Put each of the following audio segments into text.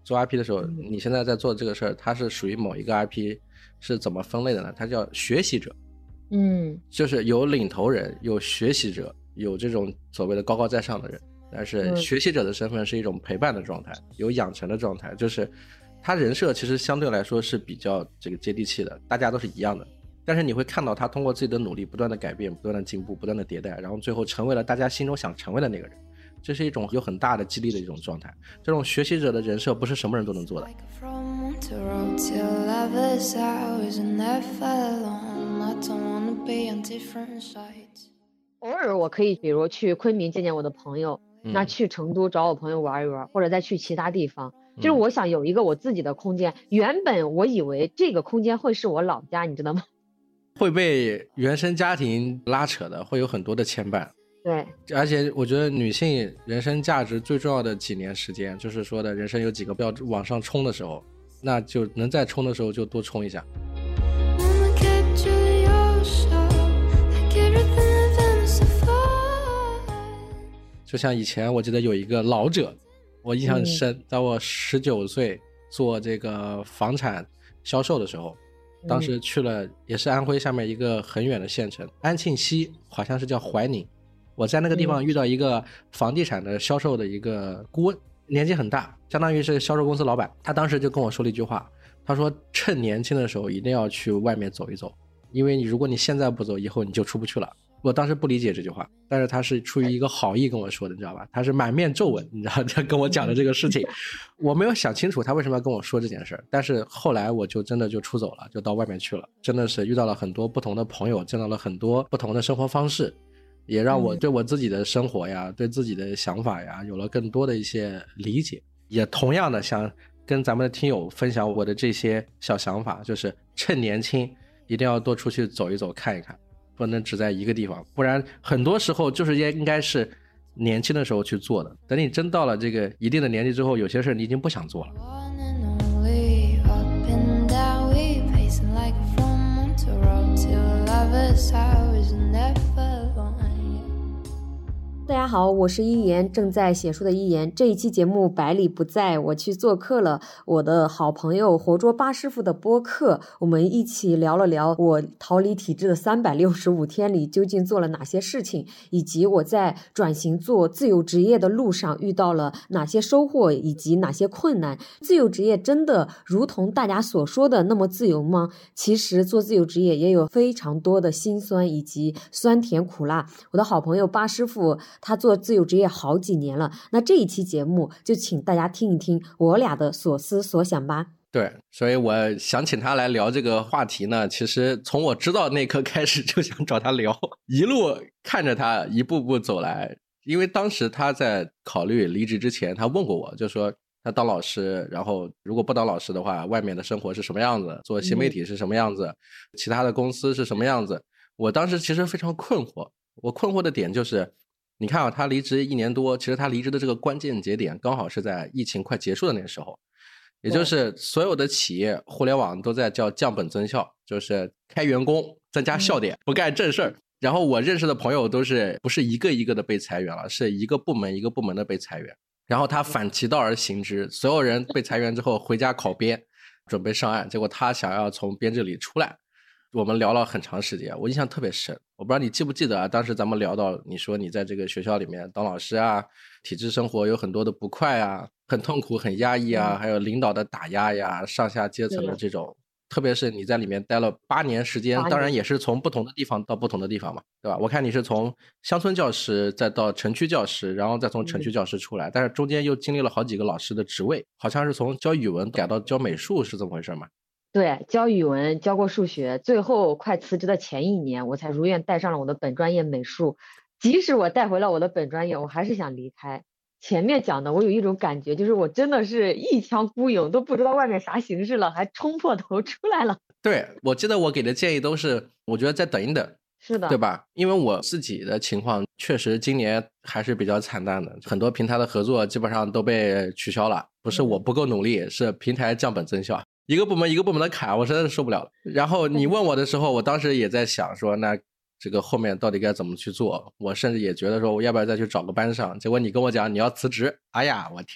做 RP 的时候，你现在在做这个事儿，它是属于某一个 RP 是怎么分类的呢？它叫学习者，就是有领头人，有学习者，有这种所谓的高高在上的人，但是学习者的身份是一种陪伴的状态，有养成的状态，就是他人设其实相对来说是比较这个接地气的，大家都是一样的，但是你会看到他通过自己的努力不断的改变，不断的进步，不断的迭代，然后最后成为了大家心中想成为的那个人，这是一种有很大的激励的一种状态。这种学习者的人设不是什么人都能做的。 偶尔我可以比如去昆明见见我的朋友，那去成都找我朋友玩一玩，或者再去其他地方，就是我想有一个我自己的空间。原本我以为这个空间会是我老家，你知道吗？ 会被原生家庭拉扯的，会有很多的牵绊。 对， 而且我觉得女性人生价值最重要的几年时间，就是说的人生有几个要往上冲的时候，那就能再冲的时候就多冲一下。就像以前我记得有一个老者，我印象很深，在我19岁做这个房产销售的时候，当时去了也是安徽下面一个很远的县城安庆西，好像是叫怀宁。我在那个地方遇到一个房地产的销售的一个顾问，年纪很大，相当于是销售公司老板。他当时就跟我说了一句话，他说趁年轻的时候一定要去外面走一走，因为如果你现在不走，以后你就出不去了。我当时不理解这句话，但是他是出于一个好意跟我说的，你知道吧？他是满面皱纹，你知道他跟我讲的这个事情，我没有想清楚他为什么要跟我说这件事，但是后来我就真的就出走了，就到外面去了，真的是遇到了很多不同的朋友，见到了很多不同的生活方式，也让我对我自己的生活呀，对自己的想法呀，有了更多的一些理解。也同样的想跟咱们的听友分享我的这些小想法，就是趁年轻一定要多出去走一走看一看，不能只在一个地方，不然很多时候就是应该是年轻的时候去做的，等你真到了这个一定的年纪之后，有些事你已经不想做了。 大家好，我是一言，正在写书的一言。这一期节目百里不在，我去做客了我的好朋友活捉八师傅的播客，我们一起聊了聊我逃离体制的365天里究竟做了哪些事情，以及我在转型做自由职业的路上遇到了哪些收获以及哪些困难。自由职业真的如同大家所说的那么自由吗？其实做自由职业也有非常多的辛酸以及酸甜苦辣。我的好朋友八师傅他做自由职业好几年了，那这一期节目就请大家听一听我俩的所思所想吧。 对，所以我想请他来聊这个话题呢，其实从我知道那刻开始就想找他聊，一路看着他一步步走来。因为当时他在考虑离职之前，他问过我，就说他当老师，然后如果不当老师的话，外面的生活是什么样子，做新媒体是什么样子，其他的公司是什么样子。我当时其实非常困惑，我困惑的点就是你看啊，他离职1年多，其实他离职的这个关键节点刚好是在疫情快结束的那个时候，也就是所有的企业互联网都在叫降本增效，就是开员工增加笑点，不干正事儿。然后我认识的朋友都是不是一个一个的被裁员了，是一个部门一个部门的被裁员。然后他反其道而行之，所有人被裁员之后回家考编，准备上岸，结果他想要从编制里出来。我们聊了很长时间，我印象特别深。我不知道你记不记得啊？当时咱们聊到你说你在这个学校里面当老师啊，体制生活有很多的不快啊，很痛苦很压抑啊，还有领导的打压呀，上下阶层的这种，特别是你在里面待了8年时间，当然也是从不同的地方到不同的地方嘛，对吧？我看你是从乡村教师再到城区教师，然后再从城区教师出来，但是中间又经历了好几个老师的职位，好像是从教语文改到教美术，是这么回事吗？ 对，教语文，教过数学，最后快辞职的前1年，我才如愿带上了我的本专业美术。即使我带回了我的本专业，我还是想离开。前面讲的，我有一种感觉，就是我真的是一腔孤勇，都不知道外面啥形势了，还冲破头出来了。 对，我记得我给的建议都是，我觉得再等一等。 是的， 对吧？因为我自己的情况确实今年还是比较惨淡的，很多平台的合作基本上都被取消了，不是我不够努力，是平台降本增效，一个部门一个部门的砍，我实在是受不了了。然后你问我的时候，我当时也在想说，那这个后面到底该怎么去做？我甚至也觉得说，我要不要再去找个班上？结果你跟我讲你要辞职，哎呀，我天！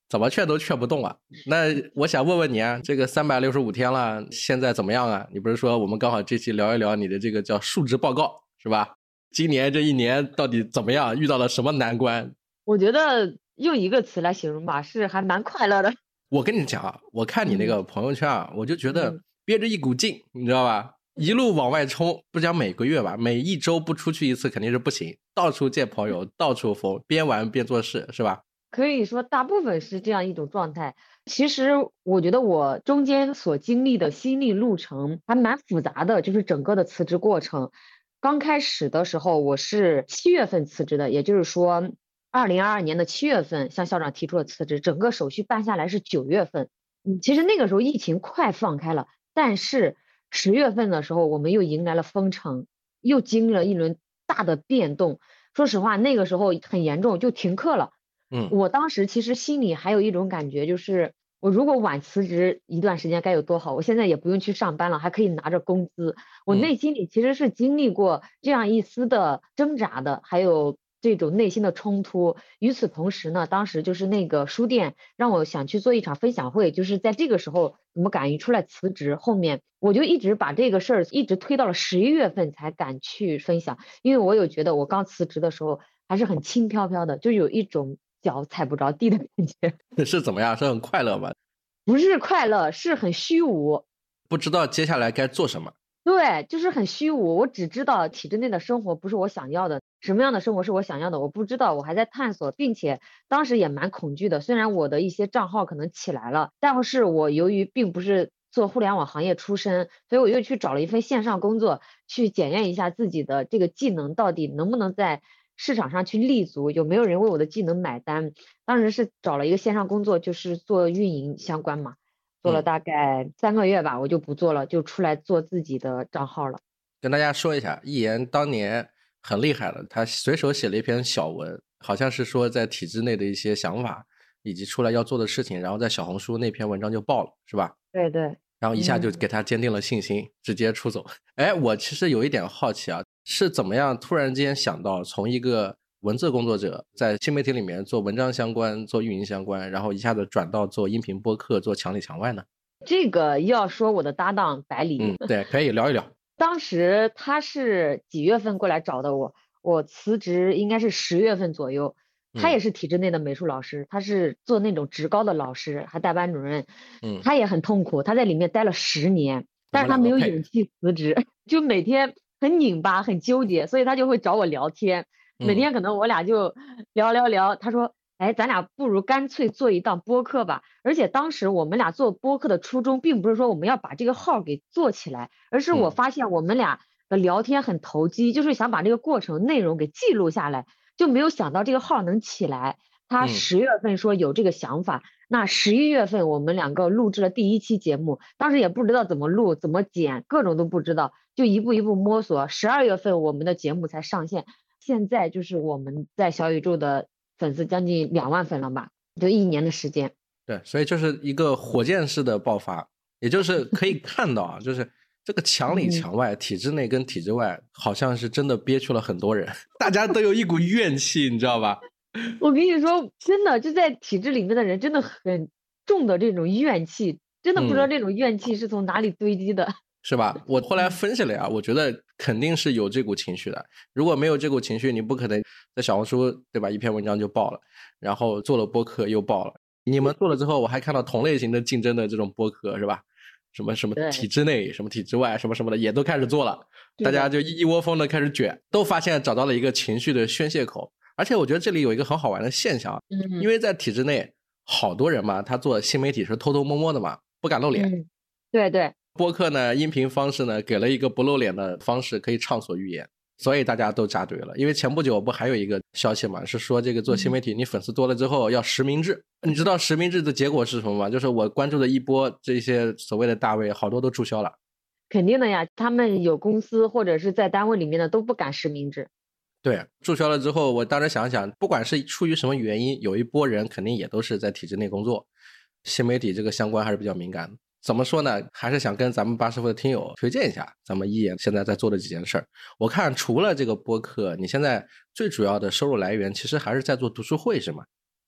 怎么劝都劝不动啊。那我想问问你啊，这个365天了，现在怎么样啊？你不是说我们刚好这期聊一聊你的这个叫述职报告是吧？今年这一年到底怎么样？遇到了什么难关？ 我觉得用一个词来形容吧，是还蛮快乐的。 我跟你讲啊，我看你那个朋友圈啊，我就觉得憋着一股劲，你知道吧？一路往外冲，不讲每个月吧，每一周不出去一次肯定是不行，到处见朋友，到处疯，边玩边做事，是吧？ 可以说大部分是这样一种状态。其实我觉得我中间所经历的心理路程还蛮复杂的，就是整个的辞职过程。刚开始的时候，我是7月份辞职的，也就是说2022年的7月份向校长提出了辞职，整个手续办下来是9月份。其实那个时候疫情快放开了，但是10月份的时候，我们又迎来了封城，又经历了一轮大的变动。说实话，那个时候很严重，就停课了。我当时其实心里还有一种感觉，就是我如果晚辞职一段时间该有多好，我现在也不用去上班了，还可以拿着工资。我内心里其实是经历过这样一丝的挣扎的，还有这种内心的冲突。与此同时呢，当时就是那个书店让我想去做一场分享会，就是在这个时候我们敢于出来辞职，后面我就一直把这个事儿一直推到了11月份才敢去分享，因为我有觉得我刚辞职的时候还是很轻飘飘的，就有一种脚踩不着地的感觉。 是怎么样？是很快乐吗？ 不是快乐，是很虚无。 不知道接下来该做什么。 对，就是很虚无。我只知道体制内的生活不是我想要的，什么样的生活是我想要的，我不知道，我还在探索，并且当时也蛮恐惧的。虽然我的一些账号可能起来了，但是我由于并不是做互联网行业出身，所以我又去找了一份线上工作，去检验一下自己的这个技能到底能不能在市场上去立足，有没有人为我的技能买单。当时是找了一个线上工作，就是做运营相关嘛。做了大概3个月吧，我就不做了，就出来做自己的账号了。 跟大家说一下，一言当年很厉害了，他随手写了一篇小文，好像是说在体制内的一些想法以及出来要做的事情，然后在小红书那篇文章就爆了，是吧？ 对对。 然后一下就给他坚定了信心，直接出走。哎，我其实有一点好奇啊，是怎么样突然间想到从一个文字工作者在新媒体里面做文章相关、做运营相关，然后一下子转到做音频播客、做墙里墙外呢？ 这个要说我的搭档百里。 对，可以聊一聊。 当时他是几月份过来找的我？我辞职应该是10月份左右。他也是体制内的美术老师，他是做那种职高的老师，还带班主任。他也很痛苦，他在里面待了10年，但是他没有勇气辞职，就每天很拧巴，很纠结，所以他就会找我聊天。每天可能我俩就聊，他说哎，咱俩不如干脆做一档播客吧。而且当时我们俩做播客的初衷，并不是说我们要把这个号给做起来，而是我发现我们俩的聊天很投机，就是想把这个过程内容给记录下来，就没有想到这个号能起来。他10月份说有这个想法，那11月份我们两个录制了第1期节目，当时也不知道怎么录、怎么剪，各种都不知道，就一步一步摸索。12月份我们的节目才上线，现在就是我们在小宇宙的粉丝将近2万粉了吧，就1年的时间。 对，所以就是一个火箭式的爆发，也就是可以看到啊，就是这个墙里墙外，体制内跟体制外，好像是真的憋屈了很多人，大家都有一股怨气，你知道吧？ 我跟你说，真的就在体制里面的人，真的很重的这种怨气，真的不知道这种怨气是从哪里堆积的。 是吧？我后来分析了呀，我觉得肯定是有这股情绪的。如果没有这股情绪，你不可能在小红书对吧，一篇文章就爆了，然后做了播客又爆了。你们做了之后，我还看到同类型的竞争的这种播客是吧？什么体制内，什么体制外，什么的也都开始做了，大家就一窝蜂的开始卷，都发现找到了一个情绪的宣泄口。而且我觉得这里有一个很好玩的现象，因为在体制内好多人嘛，他做新媒体是偷偷摸摸的嘛，不敢露脸。 对对。 播客呢，音频方式呢，给了一个不露脸的方式，可以畅所欲言，所以大家都扎堆了。因为前不久不还有一个消息嘛，是说这个做新媒体，你粉丝多了之后要实名制。你知道实名制的结果是什么吗？就是我关注的一波这些所谓的大 V，好多都注销了。 肯定的呀，他们有公司或者是在单位里面的都不敢实名制。 对，注销了之后，我当时想想，不管是出于什么原因，有一波人肯定也都是在体制内工作，新媒体这个相关还是比较敏感的。怎么说呢？还是想跟咱们巴师傅的听友推荐一下咱们一言现在在做的几件事儿。我看除了这个播客，你现在最主要的收入来源其实还是在做读书会，是吗？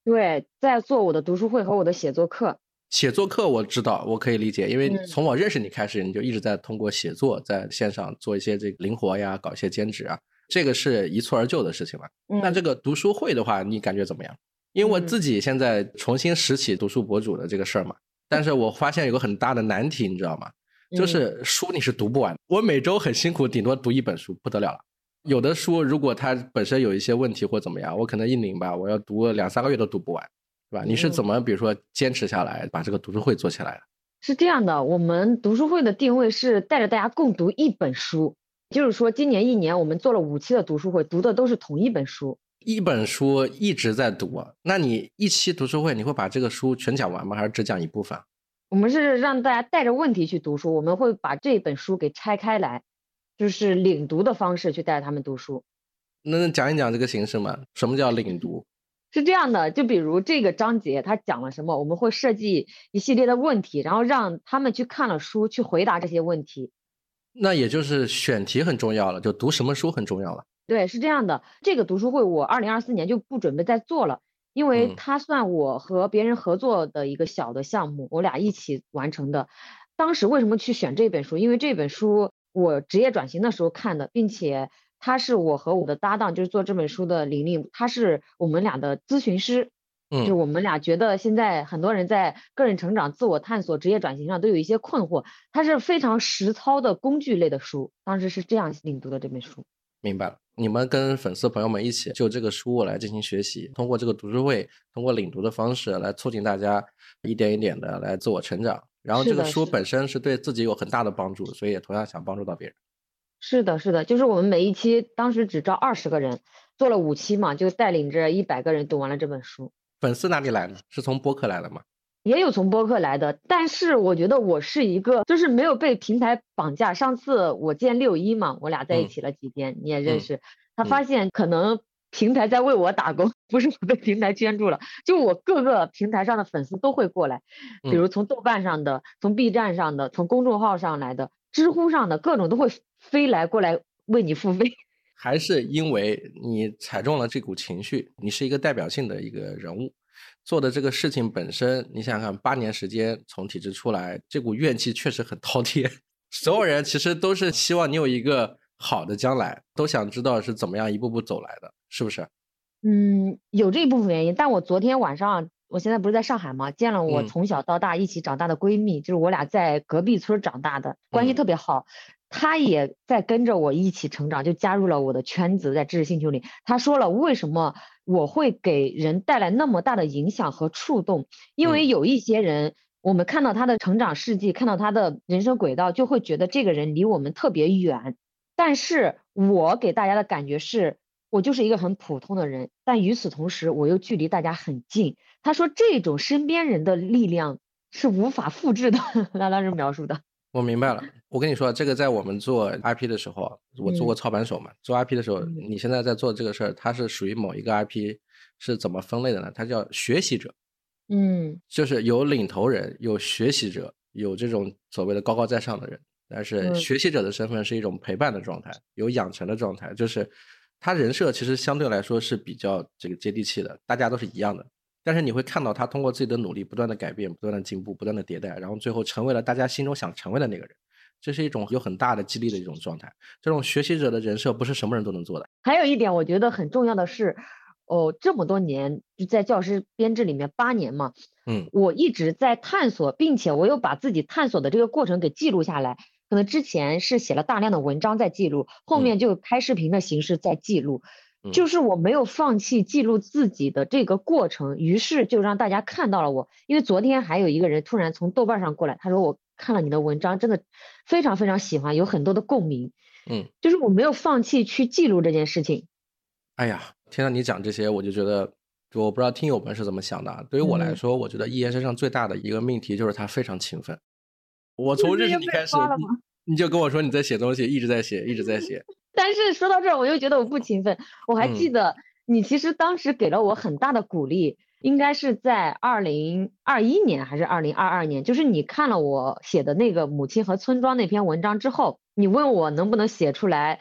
对，在做我的读书会和我的写作课。 写作课我知道，我可以理解，因为从我认识你开始，你就一直在通过写作在线上做一些这个灵活呀，搞一些兼职啊，这个是一蹴而就的事情嘛。那这个读书会的话，你感觉怎么样？因为我自己现在重新拾起读书博主的这个事儿嘛，但是我发现有个很大的难题，你知道吗？就是书你是读不完，我每周很辛苦，顶多读一本书，不得了了。有的书如果它本身有一些问题或怎么样，我可能一拧吧，我要读2-3个月都读不完。是吧？你是怎么比如说坚持下来把这个读书会做起来的？ 是这样的，我们读书会的定位是带着大家共读一本书，就是说今年1年我们做了5期的读书会，读的都是同一本书。 一本书一直在读啊，那你一期读书会你会把这个书全讲完吗？还是只讲一部分？ 我们是让大家带着问题去读书，我们会把这本书给拆开来，就是领读的方式去带着他们读书。 那讲一讲这个形式吗？什么叫领读？ 是这样的，就比如这个章节它讲了什么，我们会设计一系列的问题，然后让他们去看了书去回答这些问题。 那也就是选题很重要了，就读什么书很重要了。 对，是这样的，这个读书会我2024年就不准备再做了，因为它算我和别人合作的一个小的项目，我俩一起完成的。当时为什么去选这本书？因为这本书我职业转型的时候看的，并且他是我和我的搭档，就是做这本书的林丽，他是我们俩的咨询师。就是我们俩觉得现在很多人在个人成长、自我探索、职业转型上都有一些困惑，它是非常实操的工具类的书。当时是这样领读的这本书。 明白了，你们跟粉丝朋友们一起就这个书来进行学习，通过这个读书会，通过领读的方式来促进大家一点一点的来自我成长。然后这个书本身是对自己有很大的帮助，所以也同样想帮助到别人。 是的，是的，就是我们每一期当时只招20个人，做了5期嘛，就带领着100个人读完了这本书。 粉丝哪里来的？是从播客来的吗？ 也有从播客来的，但是我觉得我是一个就是没有被平台绑架。上次我见6一嘛，我俩在一起了几天，你也认识，他发现可能平台在为我打工，不是我被平台圈住了，就我各个平台上的粉丝都会过来，比如从豆瓣上的，从 B 站上的，从公众号上来的，知乎上的，各种都会飞来过来为你付费。 还是因为你踩中了这股情绪，你是一个代表性的一个人物，做的这个事情本身，你想想看，8年时间从体制出来，这股怨气确实很滔天。所有人其实都是希望你有一个好的将来，都想知道是怎么样一步步走来的，是不是？ 有这一部分原因，但我昨天晚上，我现在不是在上海吗？见了我从小到大一起长大的闺蜜，就是我俩在隔壁村长大的，关系特别好。她也在跟着我一起成长，就加入了我的圈子，在知识星球里。她说了为什么我会给人带来那么大的影响和触动，因为有一些人，我们看到他的成长事迹，看到他的人生轨道，就会觉得这个人离我们特别远。但是我给大家的感觉是，我就是一个很普通的人，但与此同时，我又距离大家很近。他说这种身边人的力量是无法复制的，他当时描述的。 我明白了，我跟你说，这个在我们做 IP 的时候，我做过操盘手嘛，做 IP 的时候，你现在在做这个事儿，它是属于某一个 IP 是怎么分类的呢？它叫学习者，就是有领头人，有学习者，有这种所谓的高高在上的人，但是学习者的身份是一种陪伴的状态，有养成的状态，就是他人设其实相对来说是比较这个接地气的，大家都是一样的。但是你会看到他通过自己的努力不断的改变，不断的进步，不断的迭代，然后最后成为了大家心中想成为的那个人，这是一种有很大的激励的一种状态。这种学习者的人设不是什么人都能做的。 还有一点我觉得很重要的是，这么多年就在教师编制里面8年嘛，我一直在探索，并且我又把自己探索的这个过程给记录下来。可能之前是写了大量的文章在记录，后面就拍视频的形式在记录。就是我没有放弃记录自己的这个过程，于是就让大家看到了我。因为昨天还有一个人突然从豆瓣上过来，他说我看了你的文章，真的非常非常喜欢，有很多的共鸣。就是我没有放弃去记录这件事情。 哎呀，听到你讲这些，我就觉得，我不知道听友们是怎么想的。对于我来说，我觉得一言身上最大的一个命题就是他非常勤奋。我从认识你开始，你就跟我说你在写东西，一直在写，一直在写。 但是说到这儿，我又觉得我不勤奋。我还记得你其实当时给了我很大的鼓励，应该是在2021年还是2022年，就是你看了我写的那个母亲和村庄那篇文章之后，你问我能不能写出来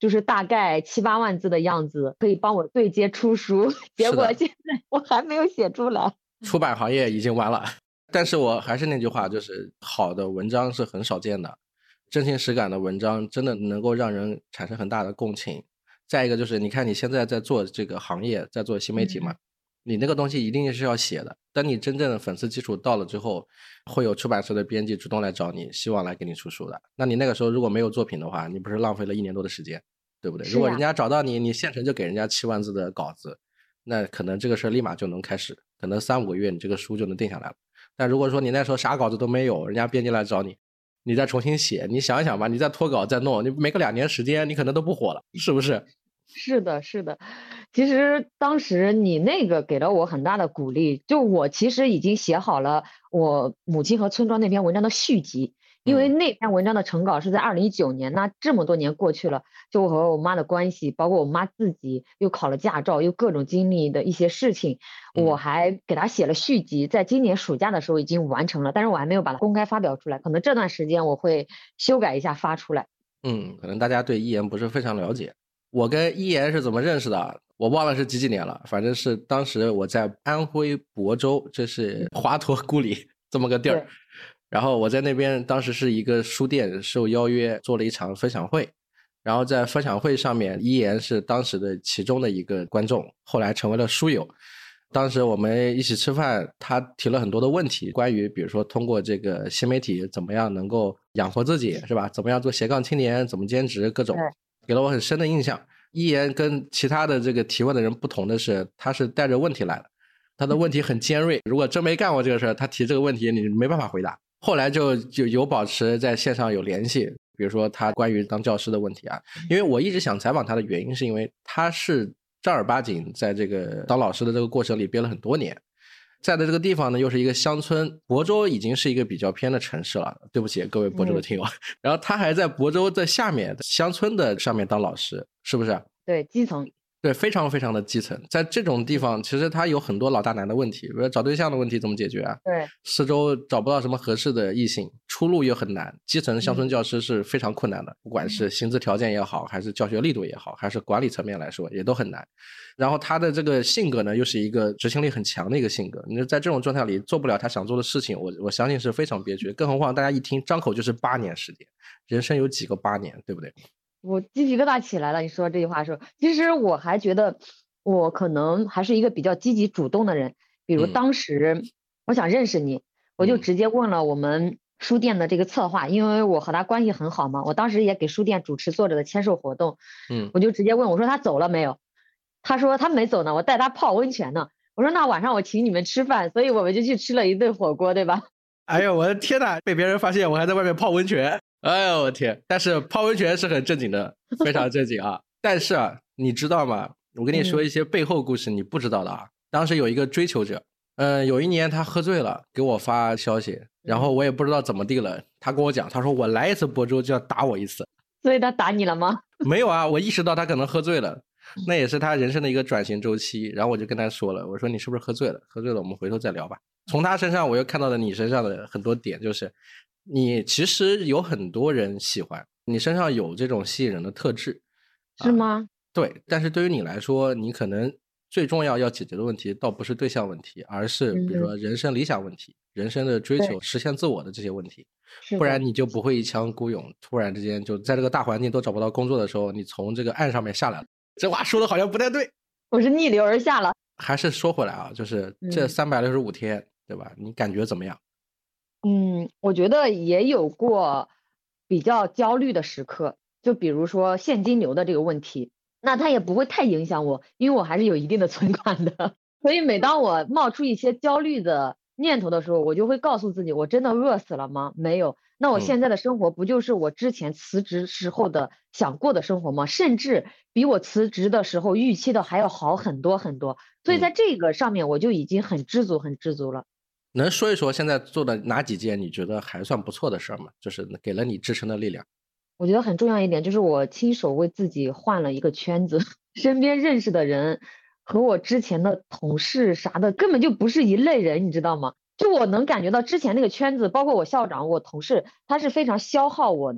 就是大概7、8万字的样子，可以帮我对接出书。结果现在我还没有写出来。 出版行业已经完了。但是我还是那句话，就是好的文章是很少见的，真情实感的文章真的能够让人产生很大的共情。再一个就是你看你现在在做这个行业，在做新媒体嘛，你那个东西一定是要写的。等你真正的粉丝基础到了之后，会有出版社的编辑主动来找你，希望来给你出书的。那你那个时候如果没有作品的话，你不是浪费了1年多的时间，对不对？如果人家找到你，你现成就给人家7万字的稿子，那可能这个事立马就能开始，可能3-5个月你这个书就能定下来了。但如果说你那时候啥稿子都没有，人家编辑来找你，你再重新写，你想一想吧，你再脱稿再弄，你没个2年时间，你可能都不火了，是不是？ 是的，是的。其实当时你那个给了我很大的鼓励，就我其实已经写好了我母亲和村庄那篇文章的续集，因为那篇文章的成稿是在2019年，那这么多年过去了，就我和我妈的关系，包括我妈自己又考了驾照，又各种经历的一些事情，我还给她写了续集，在今年暑假的时候已经完成了，但是我还没有把它公开发表出来，可能这段时间我会修改一下发出来。 可能大家对一言不是非常了解。我跟一言是怎么认识的？我忘了是几年了，反正是当时我在安徽亳州，这是华佗故里这么个地儿。然后我在那边当时是一个书店受邀约做了一场分享会，然后在分享会上面一言是当时的其中的一个观众，后来成为了书友。当时我们一起吃饭，他提了很多的问题，关于比如说通过这个新媒体怎么样能够养活自己，是吧？怎么样做斜杠青年，怎么兼职，各种给了我很深的印象。一言跟其他的这个提问的人不同的是，他是带着问题来的，他的问题很尖锐，如果真没干过这个事儿，他提这个问题你没办法回答。后来就有保持在线上有联系，比如说他关于当教师的问题啊，因为我一直想采访他的原因是因为他是正儿八经在这个当老师的这个过程里憋了很多年，在的这个地方呢又是一个乡村，亳州已经是一个比较偏的城市了，对不起各位亳州的听友，然后他还在亳州的下面乡村的上面当老师，是不是？ 对，基层。 对，非常非常的基层。在这种地方其实他有很多老大难的问题，比如找对象的问题怎么解决啊？ 对， 四周找不到什么合适的异性，出路又很难，基层乡村教师是非常困难的，不管是薪资条件也好，还是教学力度也好，还是管理层面来说也都很难。然后他的这个性格呢又是一个执行力很强的一个性格，你在这种状态里做不了他想做的事情，我相信是非常憋屈，更何况大家一听张口就是8年时间，人生有几个8年，对不对？ 我鸡皮疙瘩起来了，你说这句话的时候，其实我还觉得我可能还是一个比较积极主动的人，比如当时我想认识你，我就直接问了我们书店的这个策划，因为我和他关系很好嘛，我当时也给书店主持作者的签售活动，我就直接问我说他走了没有，他说他没走呢，我带他泡温泉呢，我说那晚上我请你们吃饭，所以我们就去吃了一顿火锅，对吧？ 哎呦我的天哪，被别人发现我还在外面泡温泉，哎呦我天！但是泡温泉是很正经的，非常正经啊。但是啊，你知道吗？我跟你说一些背后故事你不知道的啊。当时有一个追求者，有一年他喝醉了给我发消息，然后我也不知道怎么地了，他跟我讲，他说我来一次亳州就要打我一次。 所以他打你了吗？ 没有啊，我意识到他可能喝醉了，那也是他人生的一个转型周期。然后我就跟他说了，我说你是不是喝醉了？喝醉了我们回头再聊吧。从他身上我又看到了你身上的很多点，就是你其实有很多人喜欢你，身上有这种吸引人的特质， 是吗？ 对，但是对于你来说，你可能最重要要解决的问题倒不是对象问题，而是比如说人生理想问题，人生的追求，实现自我的这些问题，不然你就不会一腔孤勇，突然之间就在这个大环境都找不到工作的时候，你从这个岸上面下来了。这话说的好像不太对， 我是逆流而下了。 还是说回来啊，就是这365天，对吧？你感觉怎么样？ 我觉得也有过比较焦虑的时刻，就比如说现金流的这个问题，那它也不会太影响我，因为我还是有一定的存款的。所以每当我冒出一些焦虑的念头的时候，我就会告诉自己，我真的饿死了吗？没有。那我现在的生活不就是我之前辞职时候的想过的生活吗？甚至比我辞职的时候预期的还要好很多很多。所以在这个上面我就已经很知足很知足了。 能说一说现在做的哪几件你觉得还算不错的事儿吗？就是给了你支撑的力量。 我觉得很重要一点就是我亲手为自己换了一个圈子，身边认识的人和我之前的同事啥的根本就不是一类人，你知道吗？就我能感觉到之前那个圈子，包括我校长、我同事，他是非常消耗我的。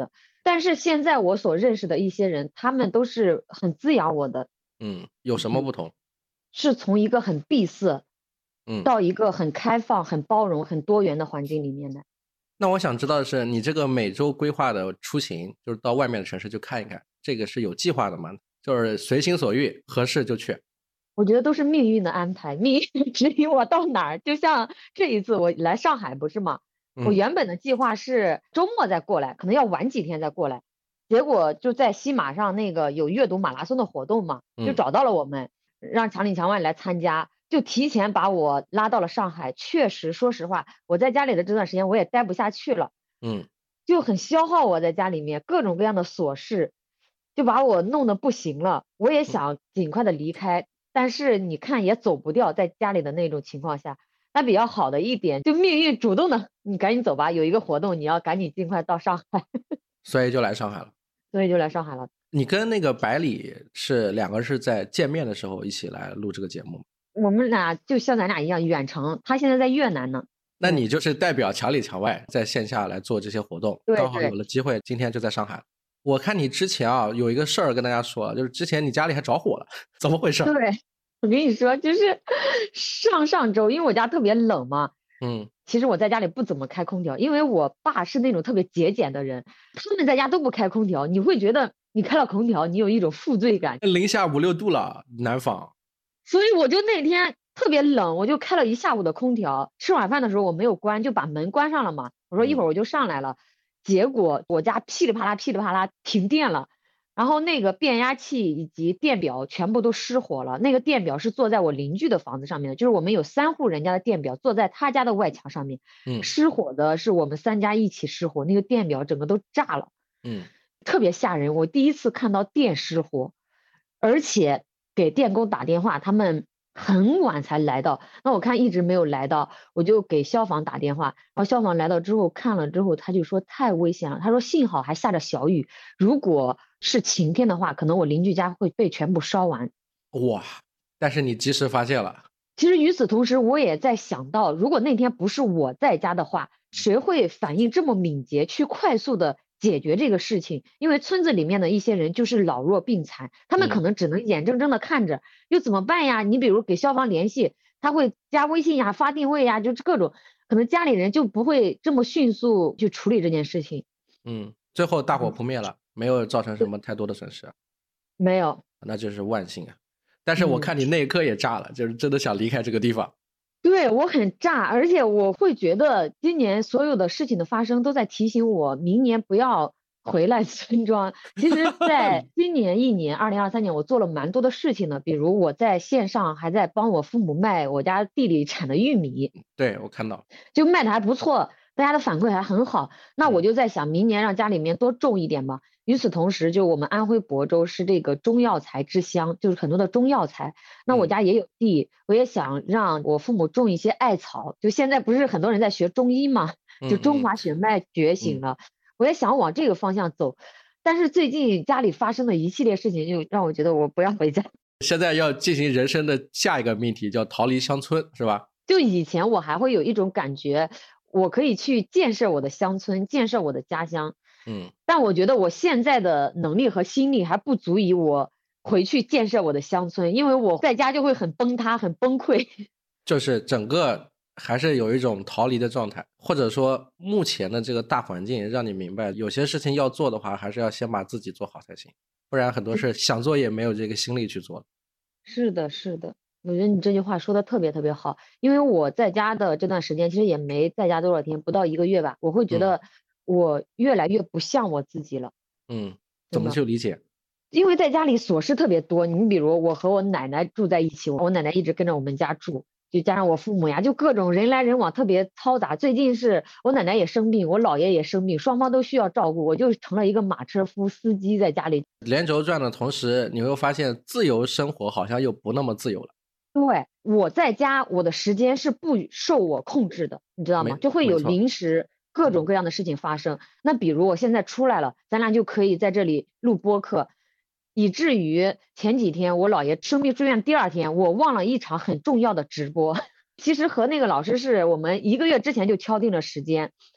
但是现在我所认识的一些人，他们都是很滋养我的。 有什么不同？ 是从一个很闭塞嗯， 到一个很开放、很包容、很多元的环境里面的。 那我想知道的是，你这个每周规划的出行，就是到外面的城市去看一看，这个是有计划的吗？就是随心所欲，合适就去。 我觉得都是命运的安排，命运指引我到哪儿。就像这一次我来上海不是吗？我嗯原本的计划是周末再过来，可能要晚几天再过来。结果就在西马上那个有阅读马拉松的活动嘛，就嗯找到了我们，让墙里墙外来参加，就提前把我拉到了上海。确实，说实话，我在家里的这段时间我也待不下去了。 嗯， 就很消耗我在家里面各种各样的琐事，就把我弄得不行了。我也想尽快的离开，但是你看也走不掉，在家里的那种情况下，那比较好的一点，就命运主动的，你赶紧走吧，有一个活动，你要赶紧尽快到上海， 所以就来上海了。 所以就来上海了。 你跟那个百里是两个是在见面的时候一起来录这个节目吗？ 我们俩就像咱俩一样远程，他现在在越南呢。 那你就是代表墙里墙外在线下来做这些活动， 对刚好有对了机会，今天就在上海。我看你之前啊有一个事儿跟大家说，就是之前你家里还着火了，怎么回事？ 对，我跟你说，就是上周，因为我家特别冷嘛，其实我在家里不怎么开空调，因为我爸是那种特别节俭的人，他们在家都不开空调，你会觉得你开了空调，你有一种负罪感。 零下5、6度了，南方。 所以我就那天特别冷，我就开了一下午的空调。吃晚饭的时候我没有关，就把门关上了嘛。我说一会儿我就上来了，结果我家噼里啪啦噼里啪啦停电了，然后那个变压器以及电表全部都失火了。那个电表是坐在我邻居的房子上面的，就是我们有3户人家的电表坐在他家的外墙上面。失火的是我们3家一起失火，那个电表整个都炸了。特别吓人。我第一次看到电失火，而且给电工打电话，他们很晚才来到。那我看一直没有来到，我就给消防打电话，然后消防来到之后看了之后，他就说太危险了。他说幸好还下着小雨，如果是晴天的话，可能我邻居家会被全部烧完。 哇！但是你及时发现了。 其实与此同时，我也在想到，如果那天不是我在家的话，谁会反应这么敏捷，去快速的解决这个事情？因为村子里面的一些人就是老弱病残，他们可能只能眼睁睁的看着，又怎么办呀？你比如给消防联系，他会加微信呀、发定位呀，就是各种，可能家里人就不会这么迅速去处理这件事情。 最后大火扑灭了，没有造成什么太多的损失。 没有。 那就是万幸啊。但是我看你那一刻也炸了，就是真的想离开这个地方。 对，我很炸，而且我会觉得今年所有的事情的发生都在提醒我，明年不要回来村庄。其实在今年一年2023年，我做了蛮多的事情的，比如我在线上还在帮我父母卖我家地里产的玉米。 对，我看到就卖的还不错，大家的反馈还很好。那我就在想，明年让家里面多种一点吧。与此同时，就我们安徽亳州是这个中药材之乡，就是很多的中药材。那我家也有地，我也想让我父母种一些艾草。就现在不是很多人在学中医嘛，就中华血脉觉醒了，我也想往这个方向走。但是最近家里发生的一系列事情，就让我觉得我不要回家。 现在要进行人生的下一个命题，叫逃离乡村，是吧？ 就以前我还会有一种感觉，我可以去建设我的乡村，建设我的家乡。但我觉得我现在的能力和心力还不足以我回去建设我的乡村，因为我在家就会很崩塌、很崩溃。 就是整个还是有一种逃离的状态，或者说目前的这个大环境让你明白，有些事情要做的话，还是要先把自己做好才行，不然很多事想做也没有这个心力去做。 是的，是的，我觉得你这句话说的特别特别好，因为我在家的这段时间其实也没在家多少天，不到1个月吧，我会觉得我越来越不像我自己了。 怎么去理解？ 因为在家里琐事特别多，你比如我和我奶奶住在一起，我奶奶一直跟着我们家住，就加上我父母呀，就各种人来人往，特别嘈杂。最近是我奶奶也生病，我姥爷也生病，双方都需要照顾，我就成了一个马车夫司机在家里。 连轴转的同时，你会发现自由生活好像又不那么自由了。 对，我在家，我的时间是不受我控制的，你知道吗？就会有临时各种各样的事情发生。那比如我现在出来了，咱俩就可以在这里录播客，以至于前几天我姥爷生病住院第2天，我忘了一场很重要的直播。其实和那个老师是我们1个月之前就敲定了时间，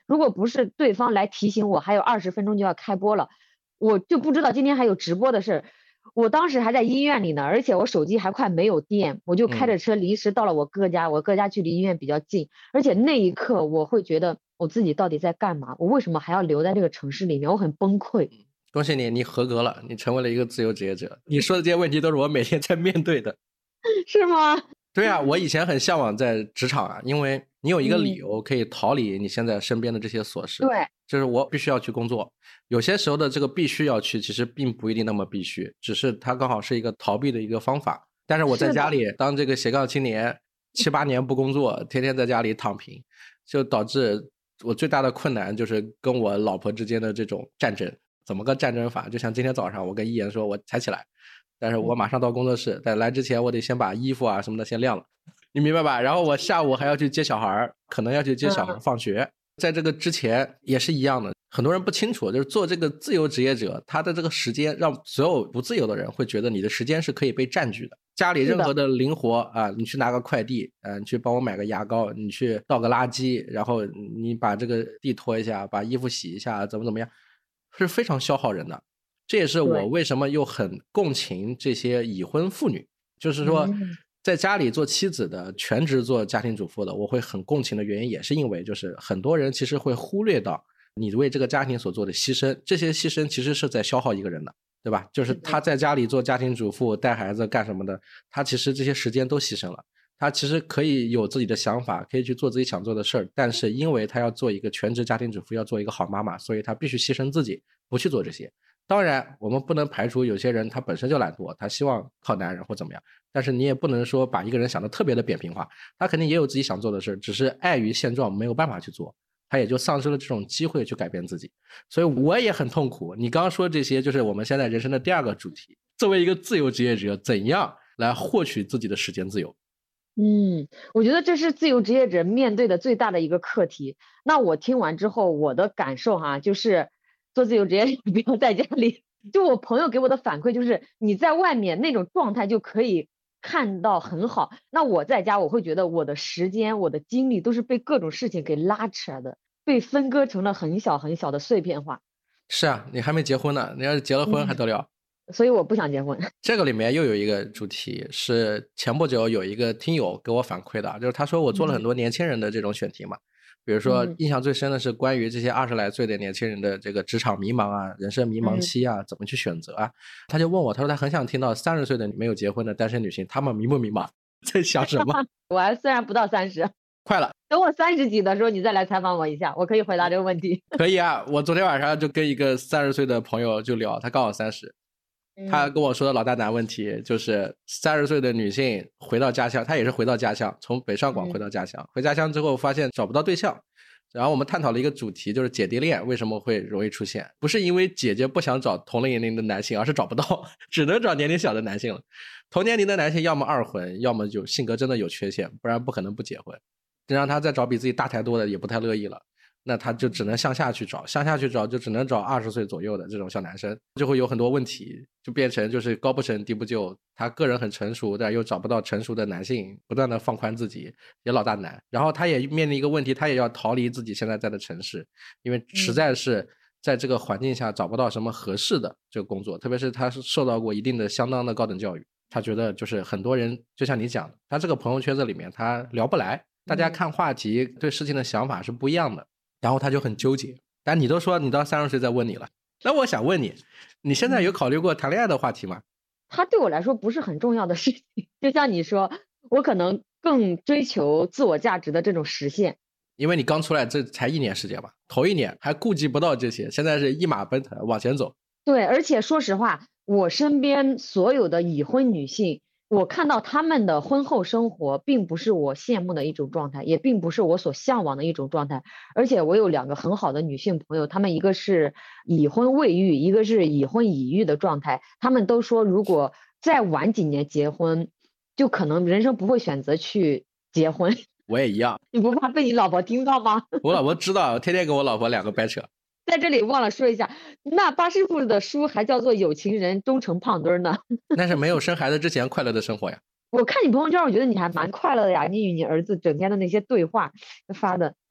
如果不是对方来提醒我还有20分钟就要开播了，我就不知道今天还有直播的事儿。我当时还在医院里呢，而且我手机还快没有电，我就开着车临时到了我哥家，我哥家距离医院比较近，而且那一刻我会觉得我自己到底在干嘛？我为什么还要留在这个城市里面？我很崩溃。 恭喜你，你合格了，你成为了一个自由职业者。你说的这些问题都是我每天在面对的。 是吗？ 对啊，我以前很向往在职场啊，因为你有一个理由可以逃离你现在身边的这些琐事。 对， 就是我必须要去工作，有些时候的这个必须要去，其实并不一定那么必须，只是它刚好是一个逃避的一个方法。但是我在家里当这个斜杠青年7-8年不工作，天天在家里躺平，就导致我最大的困难就是跟我老婆之间的这种战争。怎么个战争法？就像今天早上我跟一言说我才起来，但是我马上到工作室，在来之前我得先把衣服啊什么的先晾了，你明白吧？然后我下午还要去接小孩，可能要去接小孩放学。在这个之前也是一样的，很多人不清楚，就是做这个自由职业者，他的这个时间让所有不自由的人会觉得你的时间是可以被占据的。家里任何的灵活啊，你去拿个快递，你去帮我买个牙膏，你去倒个垃圾，然后你把这个地拖一下，把衣服洗一下，怎么样，是非常消耗人的。这也是我为什么又很共情这些已婚妇女，就是说在家里做妻子的，全职做家庭主妇的，我会很共情的原因也是因为就是很多人其实会忽略到你为这个家庭所做的牺牲，这些牺牲其实是在消耗一个人的，对吧？就是他在家里做家庭主妇带孩子干什么的，他其实这些时间都牺牲了，他其实可以有自己的想法，可以去做自己想做的事儿，但是因为他要做一个全职家庭主妇，要做一个好妈妈，所以他必须牺牲自己不去做这些。当然我们不能排除有些人他本身就懒惰，他希望靠男人或怎么样，但是你也不能说把一个人想得特别的扁平化，他肯定也有自己想做的事，只是碍于现状没有办法去做，他也就丧失了这种机会去改变自己。所以我也很痛苦，你刚刚说这些就是我们现在人生的第二个主题，作为一个自由职业者，怎样来获取自己的时间自由。 我觉得这是自由职业者面对的最大的一个课题。那我听完之后我的感受就是做自由职业不要在家里，就我朋友给我的反馈就是你在外面那种状态就可以看到很好，那我在家我会觉得我的时间我的精力都是被各种事情给拉扯来的，被分割成了很小很小的碎片化。 是啊，你还没结婚呢，你要是结了婚还得了。 所以我不想结婚。 这个里面又有一个主题是前不久有一个听友给我反馈的，就是他说我做了很多年轻人的这种选题嘛，比如说印象最深的是关于这些20来岁的年轻人的这个职场迷茫啊，人生迷茫期啊，怎么去选择啊。他就问我，他说他很想听到30岁的没有结婚的单身女性，她们迷不迷茫，在想什么。 我还虽然不到30， 快了， 等我30几的时候你再来采访我一下，我可以回答这个问题。 可以啊，我昨天晚上就跟一个30岁的朋友就聊，他刚好30，他跟我说的老大难问题就是30岁的女性回到家乡，她也是回到家乡，从北上广回到家乡，回家乡之后发现找不到对象，然后我们探讨了一个主题，就是姐弟恋为什么会容易出现，不是因为姐姐不想找同龄年龄的男性，而是找不到，只能找年龄小的男性了。同年龄的男性要么二婚，要么就性格真的有缺陷，不然不可能不结婚。让他再找比自己大太多的也不太乐意了，那他就只能向下去找，向下去找就只能找20岁左右的这种小男生，就会有很多问题，就变成就是高不成低不就，他个人很成熟但又找不到成熟的男性，不断的放宽自己，也老大难。然后他也面临一个问题，他也要逃离自己现在在的城市，因为实在是在这个环境下找不到什么合适的这个工作，特别是他是受到过一定的相当的高等教育，他觉得就是很多人就像你讲的，他这个朋友圈子里面他聊不来，大家看话题对事情的想法是不一样的，然后他就很纠结。但你都说你到30岁再问你了，那我想问你，你现在有考虑过谈恋爱的话题吗？ 它对我来说不是很重要的事情，就像你说，我可能更追求自我价值的这种实现。 因为你刚出来这才1年时间吧，头1年还顾及不到这些，现在是一马奔腾往前走。 对，而且说实话，我身边所有的已婚女性，我看到她们的婚后生活并不是我羡慕的一种状态，也并不是我所向往的一种状态。而且我有2个很好的女性朋友，她们一个是已婚未育，一个是已婚已育的状态，她们都说如果再晚几年结婚，就可能人生不会选择去结婚。 我也一样。 你不怕被你老婆听到吗？ 我老婆知道，我天天跟我老婆2个掰扯。 在这里忘了说一下，那巴师傅的书还叫做有情人终成胖墩呢。 那是没有生孩子之前快乐的生活呀。 我看你朋友圈，我觉得你还蛮快乐的呀，你与你儿子整天的那些对话发的。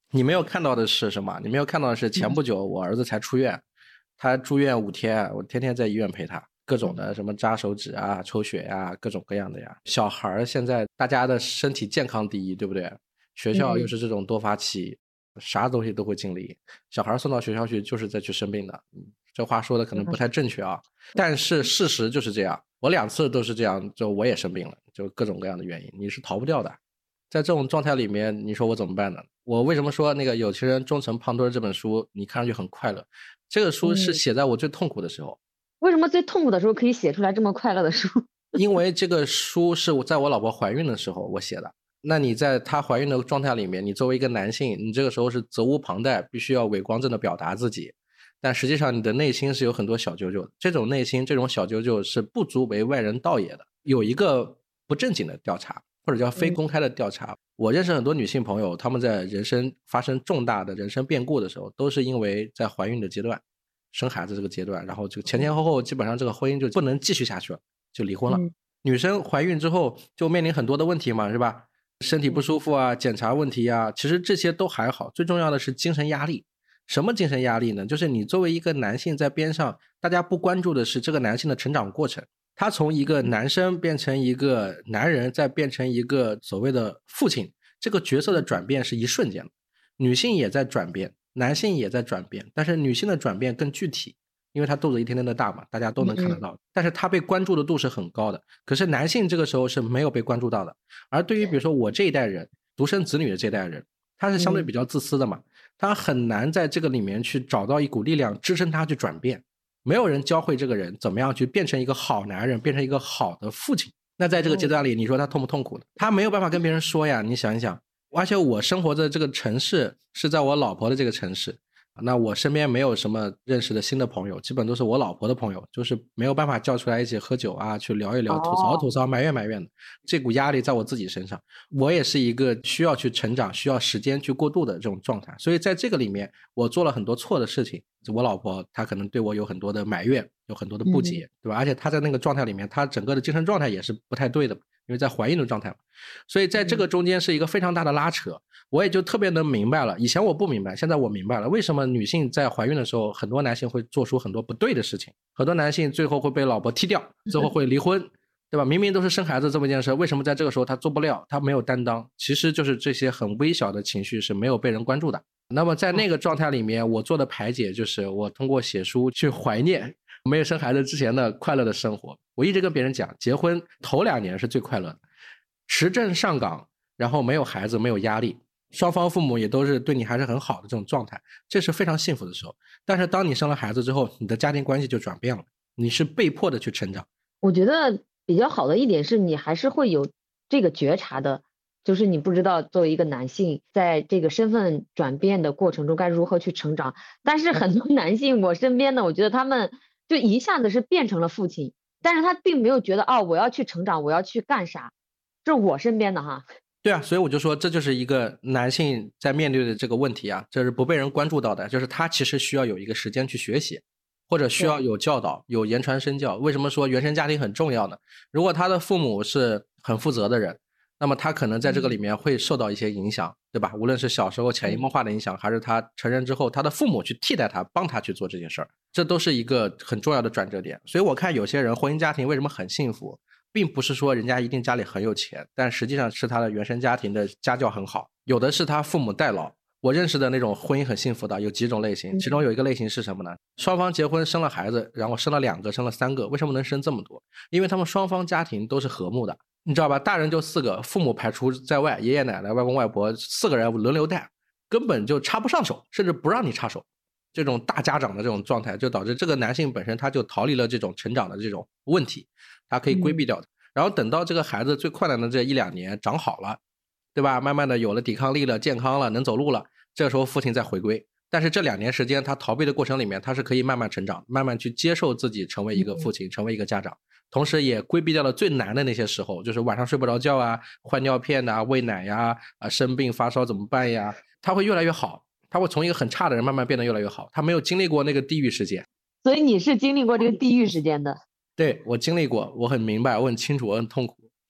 你没有看到的是什么？你没有看到的是前不久我儿子才出院，他住院5天，我天天在医院陪他，各种的什么扎手指啊、抽血呀、各种各样的呀。小孩现在大家的身体健康第一，对不对？学校又是这种多发期，啥东西都会经历。小孩送到学校去就是再去生病的，这话说的可能不太正确啊，但是事实就是这样。我2次都是这样，就我也生病了，就各种各样的原因，你是逃不掉的。在这种状态里面，你说我怎么办呢？我为什么说那个有钱人终成胖墩这本书你看上去很快乐？这个书是写在我最痛苦的时候。 为什么最痛苦的时候可以写出来这么快乐的书？ 因为这个书是在我老婆怀孕的时候我写的。那你在她怀孕的状态里面，你作为一个男性，你这个时候是责无旁贷，必须要伟光正的表达自己，但实际上你的内心是有很多小九九的，这种内心这种小九九是不足为外人道也的。有一个不正经的调查，或者叫非公开的调查，我认识很多女性朋友，她们在人生发生重大的人生变故的时候，都是因为在怀孕的阶段，生孩子这个阶段，然后就前前后后基本上这个婚姻就不能继续下去了，就离婚了。女生怀孕之后就面临很多的问题嘛，是吧？身体不舒服啊，检查问题啊，其实这些都还好，最重要的是精神压力。什么精神压力呢？就是你作为一个男性在边上，大家不关注的是这个男性的成长过程，他从一个男生变成一个男人，再变成一个所谓的父亲，这个角色的转变是一瞬间的。女性也在转变，男性也在转变，但是女性的转变更具体，因为她肚子一天天的大嘛，大家都能看得到，但是她被关注的度是很高的。可是男性这个时候是没有被关注到的。而对于比如说我这一代人，独生子女的这一代人，他是相对比较自私的嘛，他很难在这个里面去找到一股力量支撑他去转变，没有人教会这个人怎么样去变成一个好男人，变成一个好的父亲。那在这个阶段里，你说他痛不痛苦呢？他没有办法跟别人说呀，你想一想。而且我生活的这个城市是在我老婆的这个城市，那我身边没有什么认识的新的朋友，基本都是我老婆的朋友，就是没有办法叫出来一起喝酒啊，去聊一聊，吐槽吐槽，埋怨埋怨的。这股压力在我自己身上，我也是一个需要去成长，需要时间去过渡的这种状态。所以在这个里面，我做了很多错的事情，我老婆她可能对我有很多的埋怨，有很多的不解，对吧？而且她在那个状态里面，她整个的精神状态也是不太对的，因为在怀孕的状态嘛。所以在这个中间是一个非常大的拉扯。我也就特别能明白了，以前我不明白，现在我明白了，为什么女性在怀孕的时候，很多男性会做出很多不对的事情，很多男性最后会被老婆踢掉，最后会离婚，对吧？明明都是生孩子这么一件事，为什么在这个时候他做不了，他没有担当？其实就是这些很微小的情绪是没有被人关注的。那么在那个状态里面，我做的排解就是我通过写书去怀念没有生孩子之前的快乐的生活。我一直跟别人讲，结婚头2年是最快乐的，持证上岗，然后没有孩子，没有压力，双方父母也都是对你还是很好的这种状态，这是非常幸福的时候。但是当你生了孩子之后，你的家庭关系就转变了，你是被迫的去成长。 我觉得比较好的一点是你还是会有这个觉察的，就是你不知道作为一个男性在这个身份转变的过程中该如何去成长。但是很多男性我身边的，我觉得他们就一下子是变成了父亲，但是他并没有觉得我要去成长，我要去干啥，这是我身边的哈。 对啊，所以我就说这就是一个男性在面对的这个问题啊，这是不被人关注到的，就是他其实需要有一个时间去学习，或者需要有教导，有言传身教。为什么说原生家庭很重要呢？如果他的父母是很负责的人，那么他可能在这个里面会受到一些影响，对吧？无论是小时候潜移默化的影响，还是他成人之后他的父母去替代他，帮他去做这件事儿，这都是一个很重要的转折点。所以我看有些人婚姻家庭为什么很幸福，并不是说人家一定家里很有钱，但实际上是他的原生家庭的家教很好，有的是他父母代劳。我认识的那种婚姻很幸福的有几种类型，其中有一个类型是什么呢？双方结婚生了孩子，然后生了2个，生了3个，为什么能生这么多？因为他们双方家庭都是和睦的，你知道吧？大人就4个，父母排除在外，爷爷奶奶、外公外婆4个人轮流带，根本就插不上手，甚至不让你插手。这种大家长的这种状态，就导致这个男性本身他就逃离了这种成长的这种问题，他可以规避掉的。然后等到这个孩子最困难的这1-2年长好了，对吧？慢慢的有了抵抗力了，健康了，能走路了，这时候父亲再回归。但是这2年时间他逃避的过程里面，他是可以慢慢成长，慢慢去接受自己成为一个父亲，成为一个家长，同时也规避掉了最难的那些时候，就是晚上睡不着觉啊，换尿片啊，喂奶呀，生病发烧怎么办呀，他会越来越好，他会从一个很差的人慢慢变得越来越好，他没有经历过那个地狱时间。 所以你是经历过这个地狱时间的。 对，我经历过，我很明白，我很清楚，我很痛苦，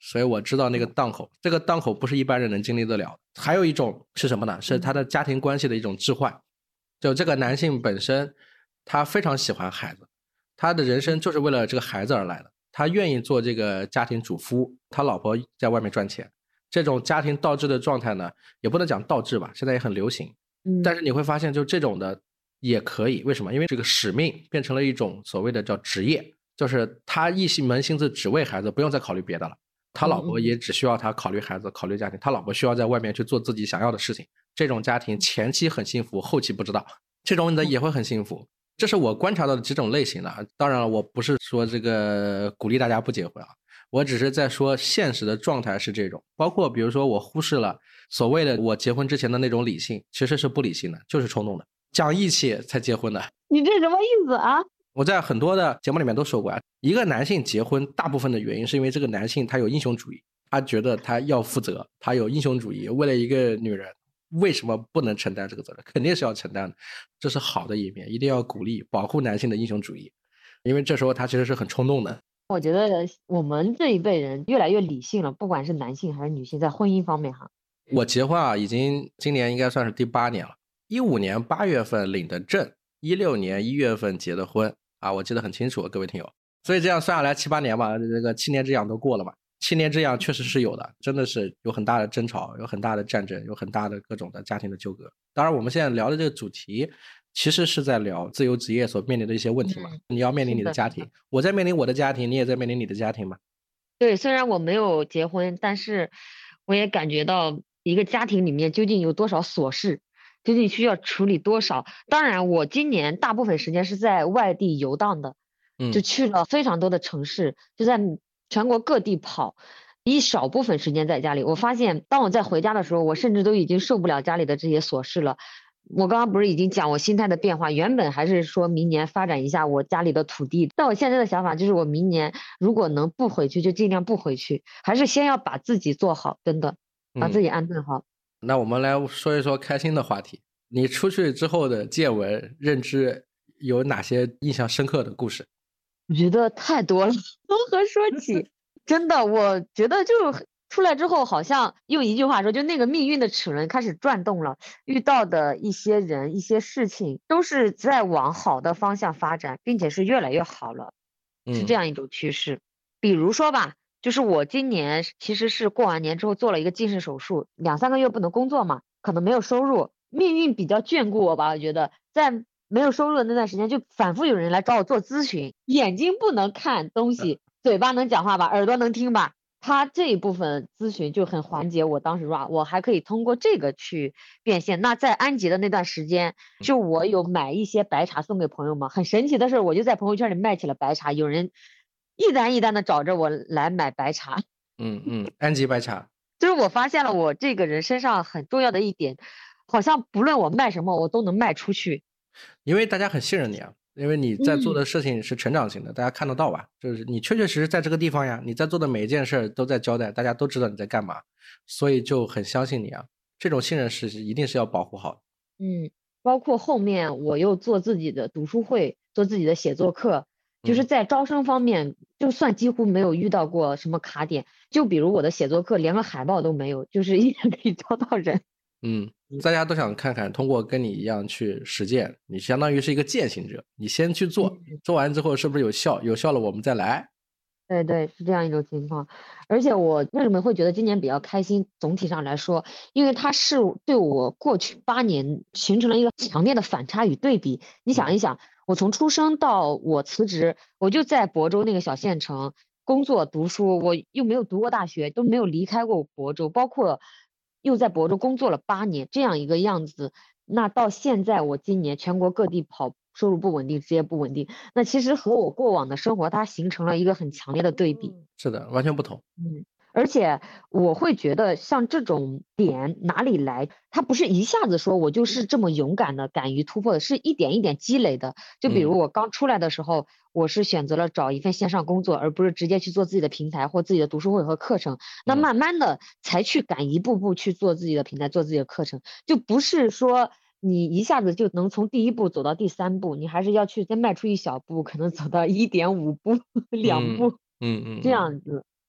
所以我知道那个档口，这个档口不是一般人能经历得了。还有一种是什么呢？是他的家庭关系的一种置换。就这个男性本身，他非常喜欢孩子，他的人生就是为了这个孩子而来的，他愿意做这个家庭主夫，他老婆在外面赚钱。这种家庭倒置的状态呢，也不能讲倒置吧，现在也很流行。但是你会发现，就这种的也可以。为什么？因为这个使命变成了一种所谓的叫职业，就是他一门心思只为孩子，不用再考虑别的了。他老婆也只需要他考虑孩子，考虑家庭。他老婆需要在外面去做自己想要的事情。这种家庭前期很幸福，后期不知道。这种的也会很幸福。这是我观察到的几种类型的。当然了，我不是说这个鼓励大家不结婚啊，我只是在说现实的状态是这种。包括比如说我忽视了所谓的我结婚之前的那种理性，其实是不理性的，就是冲动的，讲义气才结婚的。 你这什么意思啊？ 我在很多的节目里面都说过啊，一个男性结婚大部分的原因是因为这个男性他有英雄主义，他觉得他要负责，他有英雄主义，为了一个女人为什么不能承担这个责任？肯定是要承担的，这是好的一面，一定要鼓励保护男性的英雄主义，因为这时候他其实是很冲动的。 我觉得我们这一辈人越来越理性了，不管是男性还是女性，在婚姻方面哈。 我结婚啊，已经今年应该算是第8年了，15年8月份领的证，16年1月份结的婚啊，我记得很清楚，各位听友。所以这样算下来7、8年吧，这个7年之痒都过了嘛。7年之痒确实是有的，真的是有很大的争吵，有很大的战争，有很大的各种的家庭的纠葛。当然我们现在聊的这个主题其实是在聊自由职业所面临的一些问题嘛。你要面临你的家庭，我在面临我的家庭，你也在面临你的家庭嘛。 对，虽然我没有结婚，但是我也感觉到一个家庭里面究竟有多少琐事，究竟需要处理多少。当然我今年大部分时间是在外地游荡的，就去了非常多的城市，就在全国各地跑，一少部分时间在家里。我发现当我在回家的时候，我甚至都已经受不了家里的这些琐事了。我刚刚不是已经讲我心态的变化，原本还是说明年发展一下我家里的土地，但我现在的想法就是我明年如果能不回去就尽量不回去，还是先要把自己做好，真的把自己安顿好。 那我们来说一说开心的话题。你出去之后的见闻认知有哪些印象深刻的故事？ 我觉得太多了，从何说起？真的，我觉得就出来之后，好像用一句话说，就那个命运的齿轮开始转动了，遇到的一些人、一些事情，都是在往好的方向发展，并且是越来越好了，是这样一种趋势。比如说吧，就是我今年其实是过完年之后做了一个近视手术，2、3个月不能工作嘛，可能没有收入，命运比较眷顾我吧，我觉得在没有收入的那段时间，就反复有人来找我做咨询，眼睛不能看东西，嘴巴能讲话吧，耳朵能听吧。他这一部分咨询就很缓解我当时说我还可以通过这个去变现。那在安吉的那段时间，就我有买一些白茶送给朋友们，很神奇的是，我就在朋友圈里卖起了白茶，有人一单一单的找着我来买白茶。 安吉白茶。 就是我发现了我这个人身上很重要的一点，好像不论我卖什么，我都能卖出去。 因为大家很信任你啊，因为你在做的事情是成长型的，大家看得到吧，就是你确确实实在这个地方呀，你在做的每一件事都在交代，大家都知道你在干嘛，所以就很相信你啊。这种信任是一定是要保护好的。 包括后面我又做自己的读书会，做自己的写作课，就是在招生方面，就算几乎没有遇到过什么卡点，就比如我的写作课连个海报都没有，就是依然可以招到人。 大家都想看看通过跟你一样去实践，你相当于是一个践行者，你先去做，做完之后是不是有效，有效了我们再来。 对，是这样一种情况。而且我为什么会觉得今年比较开心，总体上来说，因为它是对我过去8年形成了一个强烈的反差与对比。你想一想，我从出生到我辞职，我就在亳州那个小县城工作读书，我又没有读过大学，都没有离开过亳州，包括又在亳州工作了8年，这样一个样子。那到现在我今年全国各地跑，收入不稳定，职业不稳定，那其实和我过往的生活它形成了一个很强烈的对比。 是的，完全不同。 而且我会觉得像这种点哪里来，它不是一下子说我就是这么勇敢的敢于突破的，是一点一点积累的。就比如我刚出来的时候，我是选择了找一份线上工作，而不是直接去做自己的平台或自己的读书会和课程。那慢慢的才去敢一步步去做自己的平台，做自己的课程，就不是说你一下子就能从第1步走到第3步，你还是要去先迈出一小步，可能走到1.5步2步这样子。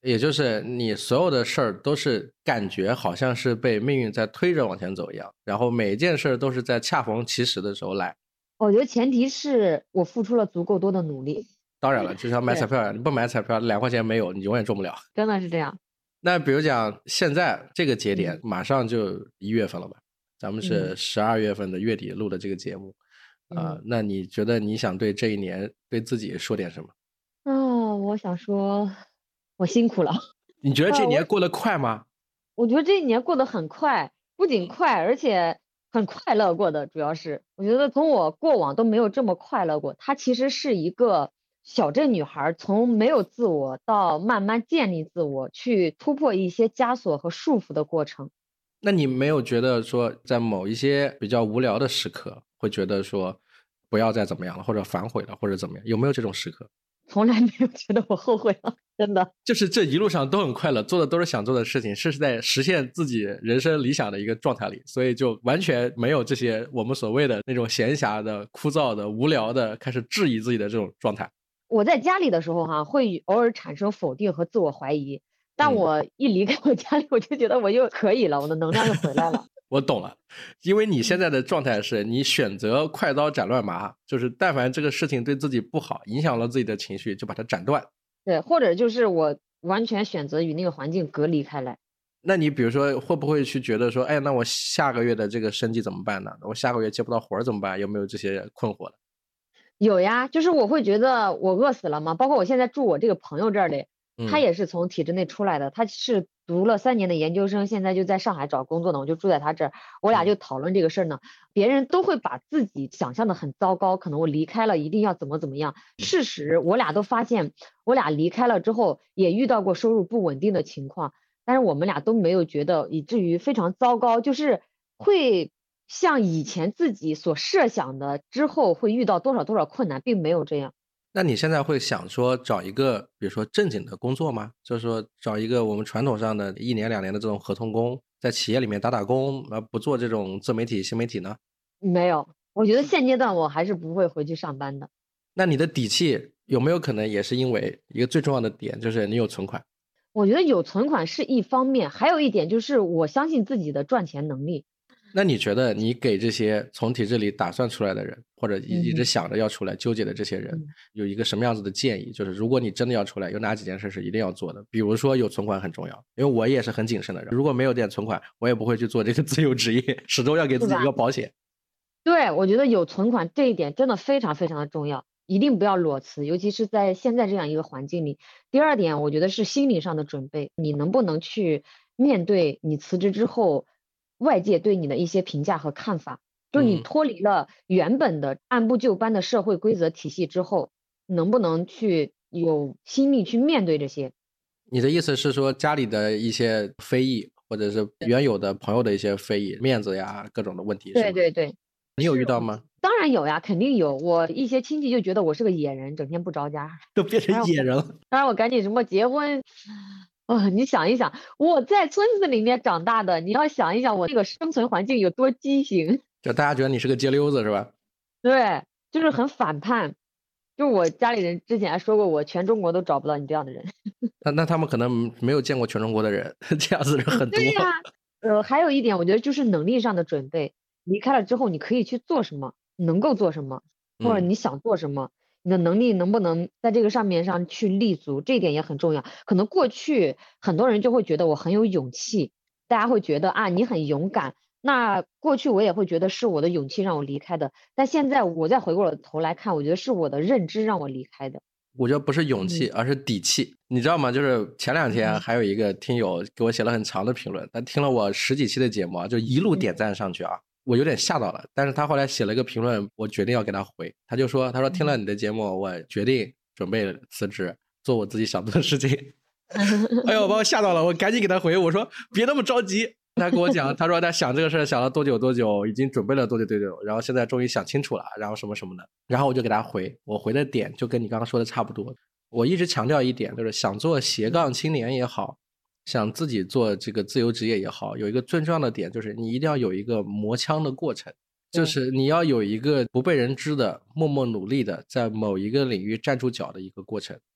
也就是你所有的事儿都是感觉好像是被命运在推着往前走一样，然后每一件事都是在恰逢其时的时候来。 我觉得前提是我付出了足够多的努力。 当然了，就像买彩对， 票一样，你不买彩票2块钱没有，你永远中不了。 真的是这样。 那比如讲现在这个节点嗯马上就1月份了吧，咱们是12月份的月底录的这个节目那你觉得你想对这一年对自己说点什么？ 我想说，我辛苦了。 你觉得这一我年过得快吗？ 我觉得这一年过得很快，不仅快，而且很快乐过的。主要是我觉得从我过往都没有这么快乐过。它其实是一个小镇女孩从没有自我到慢慢建立自我，去突破一些枷锁和束缚的过程。 那你没有觉得说在某一些比较无聊的时刻会觉得说不要再怎么样了，或者反悔了，或者怎么样，有没有这种时刻？ 从来没有觉得我后悔了，真的。 就是这一路上都很快乐，做的都是想做的事情，是在实现自己人生理想的一个状态里，所以就完全没有这些我们所谓的那种闲暇的、枯燥的、无聊的，开始质疑自己的这种状态。 我在家里的时候会偶尔产生否定和自我怀疑，但我一离开我家里，我就觉得我又可以了，我的能量又回来了。 我懂了，因为你现在的状态是你选择快刀斩乱麻，就是但凡这个事情对自己不好，影响了自己的情绪，就把它斩断。 对，或者就是我完全选择与那个环境隔离开来。 那你比如说会不会去觉得说，哎，那我下个月的这个生计怎么办呢？我下个月接不到活怎么办？有没有这些困惑的？ 有呀，就是我会觉得我饿死了嘛，包括我现在住我这个朋友这儿的，他也是从体制内出来的，他是读了3年的研究生，现在就在上海找工作呢，我就住在他这儿，我俩就讨论这个事儿呢。别人都会把自己想象的很糟糕，可能我离开了一定要怎么怎么样。事实我俩都发现，我俩离开了之后也遇到过收入不稳定的情况，但是我们俩都没有觉得以至于非常糟糕，就是会像以前自己所设想的之后会遇到多少多少困难，并没有这样。 那你现在会想说找一个比如说正经的工作吗？就是说找一个我们传统上的1年2年的这种合同工，在企业里面打打工，而不做这种自媒体新媒体呢？ 没有，我觉得现阶段我还是不会回去上班的。 那你的底气有没有可能也是因为一个最重要的点，就是你有存款？ 我觉得有存款是一方面，还有一点就是我相信自己的赚钱能力。 那你觉得你给这些从体制里打算出来的人，或者一直想着要出来纠结的这些人，有一个什么样子的建议？就是如果你真的要出来，有哪几件事是一定要做的？比如说有存款很重要，因为我也是很谨慎的人，如果没有点存款，我也不会去做这个自由职业，始终要给自己一个保险。 对，我觉得有存款这一点真的非常非常的重要，一定不要裸辞，尤其是在现在这样一个环境里。第二点，我觉得是心理上的准备，你能不能去面对你辞职之后外界对你的一些评价和看法？就你脱离了原本的按部就班的社会规则体系之后，能不能去有心力去面对这些？ 你的意思是说家里的一些非议，或者是原有的朋友的一些非议，面子呀各种的问题是吗？ 对对对， 你有遇到吗？ 当然有呀，肯定有。我一些亲戚就觉得我是个野人，整天不着家， 都变成野人了。 当然我赶紧什么结婚。你想一想，我在村子里面长大的，你要想一想我这个生存环境有多畸形。 就大家觉得你是个街溜子是吧？ 对，就是很反叛。就我家里人之前还说过我全中国都找不到你这样的人。 那他们可能没有见过全中国的人，这样子的人很多。 对呀，还有一点，我觉得就是能力上的准备。离开了之后，你可以去做什么，能够做什么，或者你想做什么，你的能力能不能在这个上面上去立足，这一点也很重要。可能过去很多人就会觉得我很有勇气，大家会觉得你很勇敢。那过去我也会觉得是我的勇气让我离开的，但现在我再回过头来看，我觉得是我的认知让我离开的。 我觉得不是勇气，而是底气。你知道吗？就是前2天还有一个听友给我写了很长的评论，他听了我10几期的节目就一路点赞上去我有点吓到了。但是他后来写了一个评论，我决定要给他回。他说听了你的节目，我决定准备辞职，做我自己想做的事情。哎呦，把我吓到了，我赶紧给他回，我说别那么着急。他跟我讲，他说他想这个事儿想了多久，已经准备了多久，然后现在终于想清楚了，然后什么什么的，然后我就给他回，我回的点就跟你刚刚说的差不多。我一直强调一点，就是想做斜杠青年也好，想自己做这个自由职业也好，有一个最重要的点就是你一定要有一个磨枪的过程，就是你要有一个不被人知的默默努力的在某一个领域站住脚的一个过程。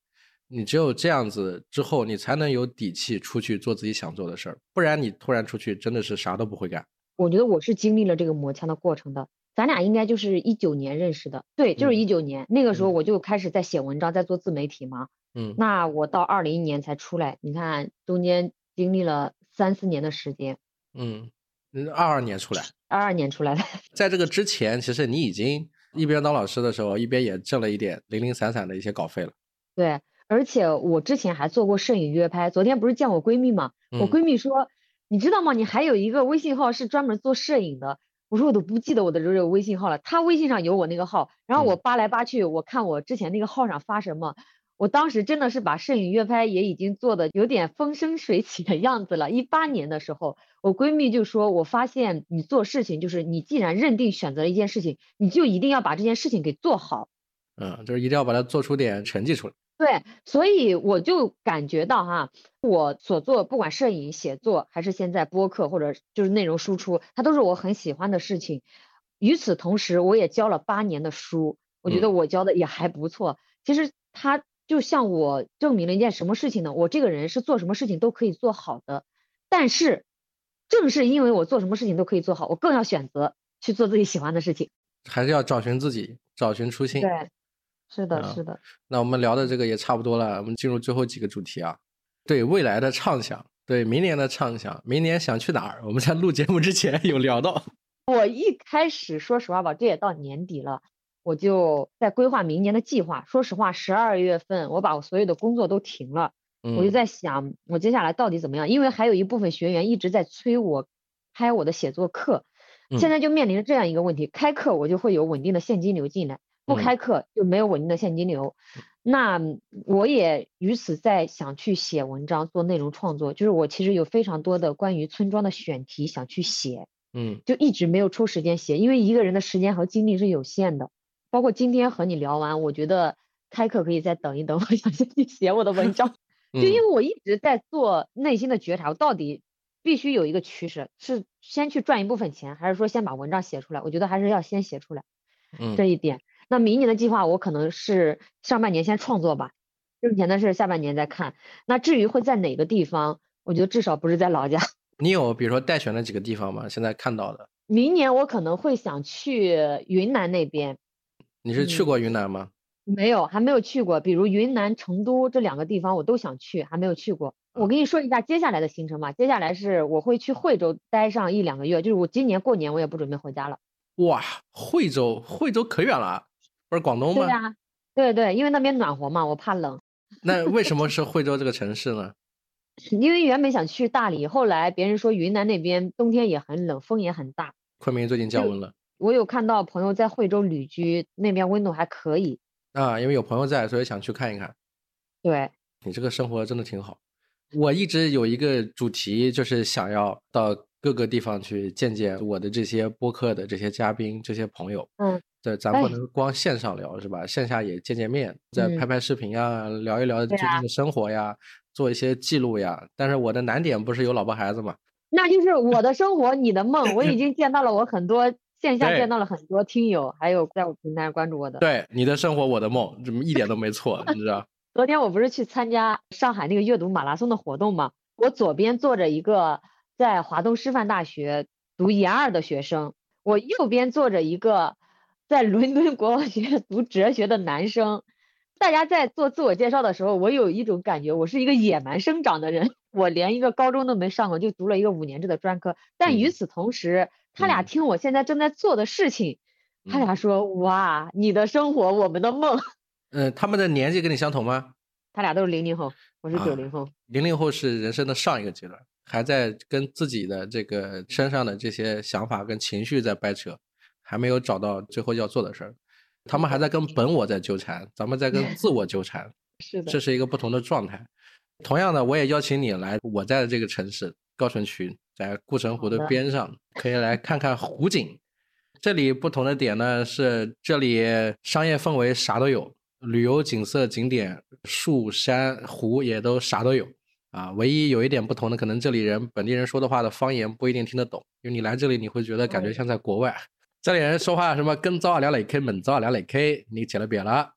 你只有这样子之后，你才能有底气出去做自己想做的事儿，不然你突然出去真的是啥都不会干。 我觉得我是经历了这个磨枪的过程的。咱俩应该就是19年认识的，对，就是19年，那个时候我就开始在写文章，在做自媒体嘛。那我到2021年才出来，你看中间经历了3、4年的时间。 22年出来 ，22年出来的。 在这个之前，其实你已经一边当老师的时候，一边也挣了一点零零散散的一些稿费了。 对，而且我之前还做过摄影约拍。昨天不是见我闺蜜嘛，我闺蜜说，你知道吗？你还有一个微信号是专门做摄影的。我说我都不记得我的这个微信号了，她微信上有我那个号，然后我扒来扒去，我看我之前那个号上发什么。我当时真的是把摄影约拍也已经做的有点风生水起的样子了。18年的时候，我闺蜜就说，我发现你做事情就是你既然认定选择了一件事情，你就一定要把这件事情给做好。 就是一定要把它做出点成绩出来。 对，所以我就感觉到哈，我所做不管摄影、写作，还是现在播客或者就是内容输出，它都是我很喜欢的事情。与此同时，我也教了8年的书，我觉得我教的也还不错。其实它就像我证明了一件什么事情呢？我这个人是做什么事情都可以做好的，但是正是因为我做什么事情都可以做好，我更要选择去做自己喜欢的事情。 还是要找寻自己，找寻初心。 对，是的，是的。 那我们聊的这个也差不多了，我们进入最后几个主题啊。对未来的畅想，对明年的畅想，明年想去哪儿？我们在录节目之前有聊到。 我一开始说实话吧，这也到年底了，我就在规划明年的计划。说实话，12月份我把我所有的工作都停了，我就在想我接下来到底怎么样，因为还有一部分学员一直在催我开我的写作课。现在就面临着这样一个问题，开课我就会有稳定的现金流进来，不开课就没有稳定的现金流。那我也于此在想去写文章，做内容创作，就是我其实有非常多的关于村庄的选题想去写，就一直没有抽时间写，因为一个人的时间和精力是有限的。包括今天和你聊完，我觉得开课可以再等一等，我想先去写我的文章。就因为我一直在做内心的觉察，我到底必须有一个趋势，是先去赚一部分钱，还是说先把文章写出来？我觉得还是要先写出来，这一点。那明年的计划，我可能是上半年先创作吧，挣钱的事下半年再看。那至于会在哪个地方，我觉得至少不是在老家。 你有比如说待选的几个地方吗？现在看到的？ 明年我可能会想去云南那边。 你是去过云南吗？ 没有，还没有去过。比如云南、成都这2个地方我都想去，还没有去过。我跟你说一下接下来的行程吧。接下来是我会去惠州待上1、2个月，就是我今年过年我也不准备回家了。 哇，惠州可远了，不是广东吗？ 对呀，对，因为那边暖和嘛，我怕冷。 那为什么是惠州这个城市呢？ 因为原本想去大理，后来别人说云南那边冬天也很冷，风也很大。 昆明最近降温了。 我有看到朋友在惠州旅居，那边温度还可以。 因为有朋友在，所以想去看一看。 对， 你这个生活真的挺好。我一直有一个主题，就是想要到各个地方去见见我的这些播客的这些嘉宾、这些朋友。对，咱不能光线上聊，是吧？线下也见见面，再拍拍视频呀，聊一聊最近的生活呀，做一些记录呀。但是我的难点不是有老婆孩子吗？ 那就是我的生活，你的梦。我已经见到了我很多线下见到了很多听友，还有在我平台关注我的。 对，你的生活我的梦，这么一点都没错，你知道。 昨天我不是去参加上海那个阅读马拉松的活动吗？我左边坐着一个在华东师范大学读研2的学生，我右边坐着一个在伦敦国王学院读哲学的男生。大家在做自我介绍的时候，我有一种感觉，我是一个野蛮生长的人，我连一个高中都没上过，就读了一个5年制的专科。但与此同时，他俩听我现在正在做的事情，他俩说：“哇，你的生活，我们的梦。” 他们的年纪跟你相同吗？ 他俩都是00后，我是90后。 00后是人生的上一个阶段，还在跟自己的这个身上的这些想法跟情绪在掰扯，还没有找到最后要做的事儿。他们还在跟本我在纠缠，咱们在跟自我纠缠。 是的， 这是一个不同的状态。同样的，我也邀请你来我在的这个城市高淳区，在护城湖的边上，可以来看看湖景。这里不同的点呢是，这里商业氛围啥都有，旅游景色景点树山湖也都啥都有啊。唯一有一点不同的，可能这里本地人说的话的方言不一定听得懂，因为你来这里你会觉得感觉像在国外。这里人说话什么跟早啊聊累 K 猛早啊聊累 K， 你起了别了。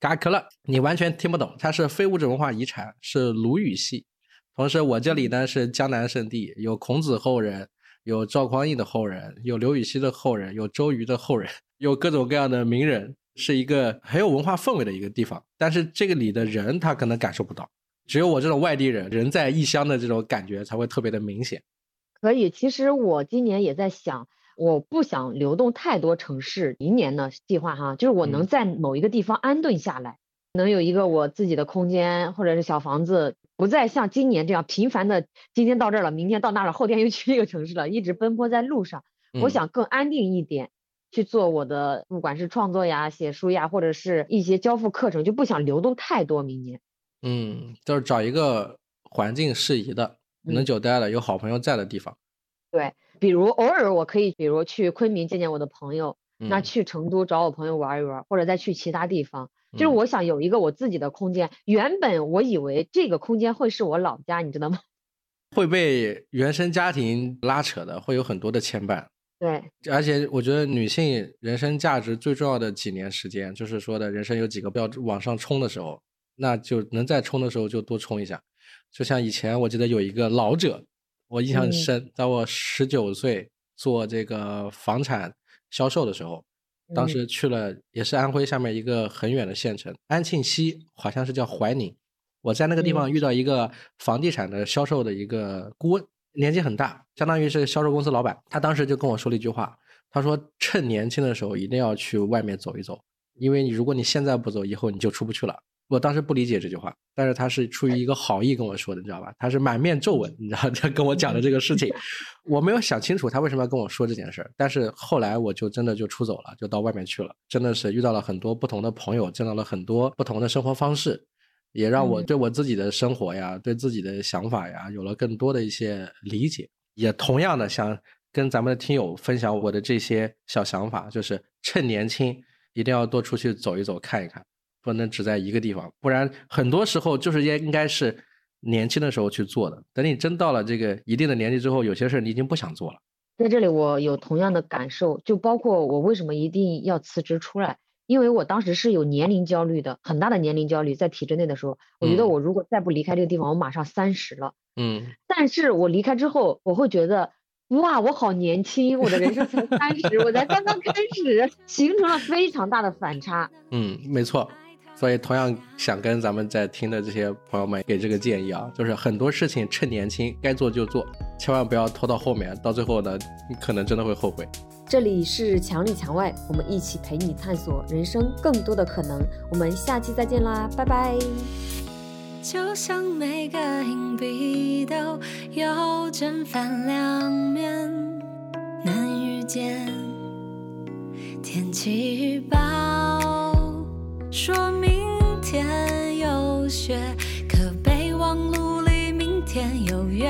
嘎壳了，你完全听不懂，它是非物质文化遗产，是鲁语系。同时我这里呢是江南圣地，有孔子后人，有赵匡胤的后人，有刘禹锡的后人，有周瑜的后人，有各种各样的名人，是一个很有文化氛围的一个地方。但是这个里的人他可能感受不到，只有我这种外地人在异乡的这种感觉才会特别的明显。 可以，其实我今年也在想，我不想流动太多城市，明年的计划哈，就是我能在某一个地方安顿下来，能有一个我自己的空间或者是小房子，不再像今年这样频繁的，今天到这儿了，明天到那儿了，后天又去那个城市了，一直奔波在路上。我想更安定一点，去做我的不管是创作呀、写书呀，或者是一些交付课程，就不想流动太多。明年就是找一个环境适宜的，能久待的，有好朋友在的地方。 对，比如偶尔我可以，比如去昆明见见我的朋友，那去成都找我朋友玩一玩，或者再去其他地方。就是我想有一个我自己的空间。原本我以为这个空间会是我老家，你知道吗？ 会被原生家庭拉扯的，会有很多的牵绊。 对， 而且我觉得女性人生价值最重要的几年时间，就是说的人生有几个要往上冲的时候，那就能再冲的时候就多冲一下。就像以前我记得有一个老者，我印象很深，在我19岁做这个房产销售的时候，当时去了也是安徽下面一个很远的县城，安庆西，好像是叫怀宁。我在那个地方遇到一个房地产的销售的一个顾问，年纪很大，相当于是销售公司老板。他当时就跟我说了一句话，他说趁年轻的时候一定要去外面走一走，因为如果你现在不走，以后你就出不去了。我当时不理解这句话，但是他是出于一个好意跟我说的，你知道吧？他是满面皱纹，你知道他跟我讲的这个事情，我没有想清楚他为什么要跟我说这件事，但是后来我就真的就出走了，就到外面去了，真的是遇到了很多不同的朋友，见到了很多不同的生活方式，也让我对我自己的生活呀，对自己的想法呀，有了更多的一些理解。也同样的想跟咱们的听友分享我的这些小想法，就是趁年轻一定要多出去走一走看一看，不能只在一个地方，不然很多时候就是应该是年轻的时候去做的，等你真到了这个一定的年纪之后，有些事你已经不想做了。 在这里我有同样的感受，就包括我为什么一定要辞职出来，因为我当时是有年龄焦虑的，很大的年龄焦虑。在体制内的时候，我觉得我如果再不离开这个地方，我马上30了。但是我离开之后，我会觉得哇，我好年轻，我的人生才30，我才刚刚开始，形成了非常大的反差。 没错。所以同样想跟咱们在听的这些朋友们给这个建议啊，就是很多事情趁年轻该做就做，千万不要拖到后面，到最后呢你可能真的会后悔。 这里是墙里墙外，我们一起陪你探索人生更多的可能，我们下期再见啦，拜拜。 就像每个硬币都有正反两面，难预见天气预报说明天有雪，可备忘录里明天有约。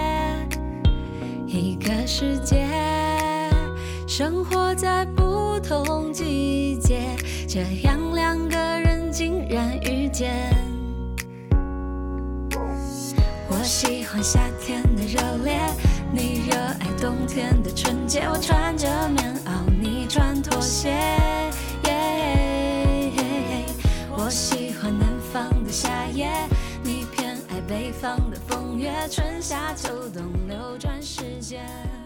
一个世界生活在不同季节，这样2个人竟然遇见。我喜欢夏天的热烈，你热爱冬天的纯洁。我穿着棉袄，你穿拖鞋。我喜欢南方的夏夜，你偏爱北方的风月。春夏秋冬流转时间。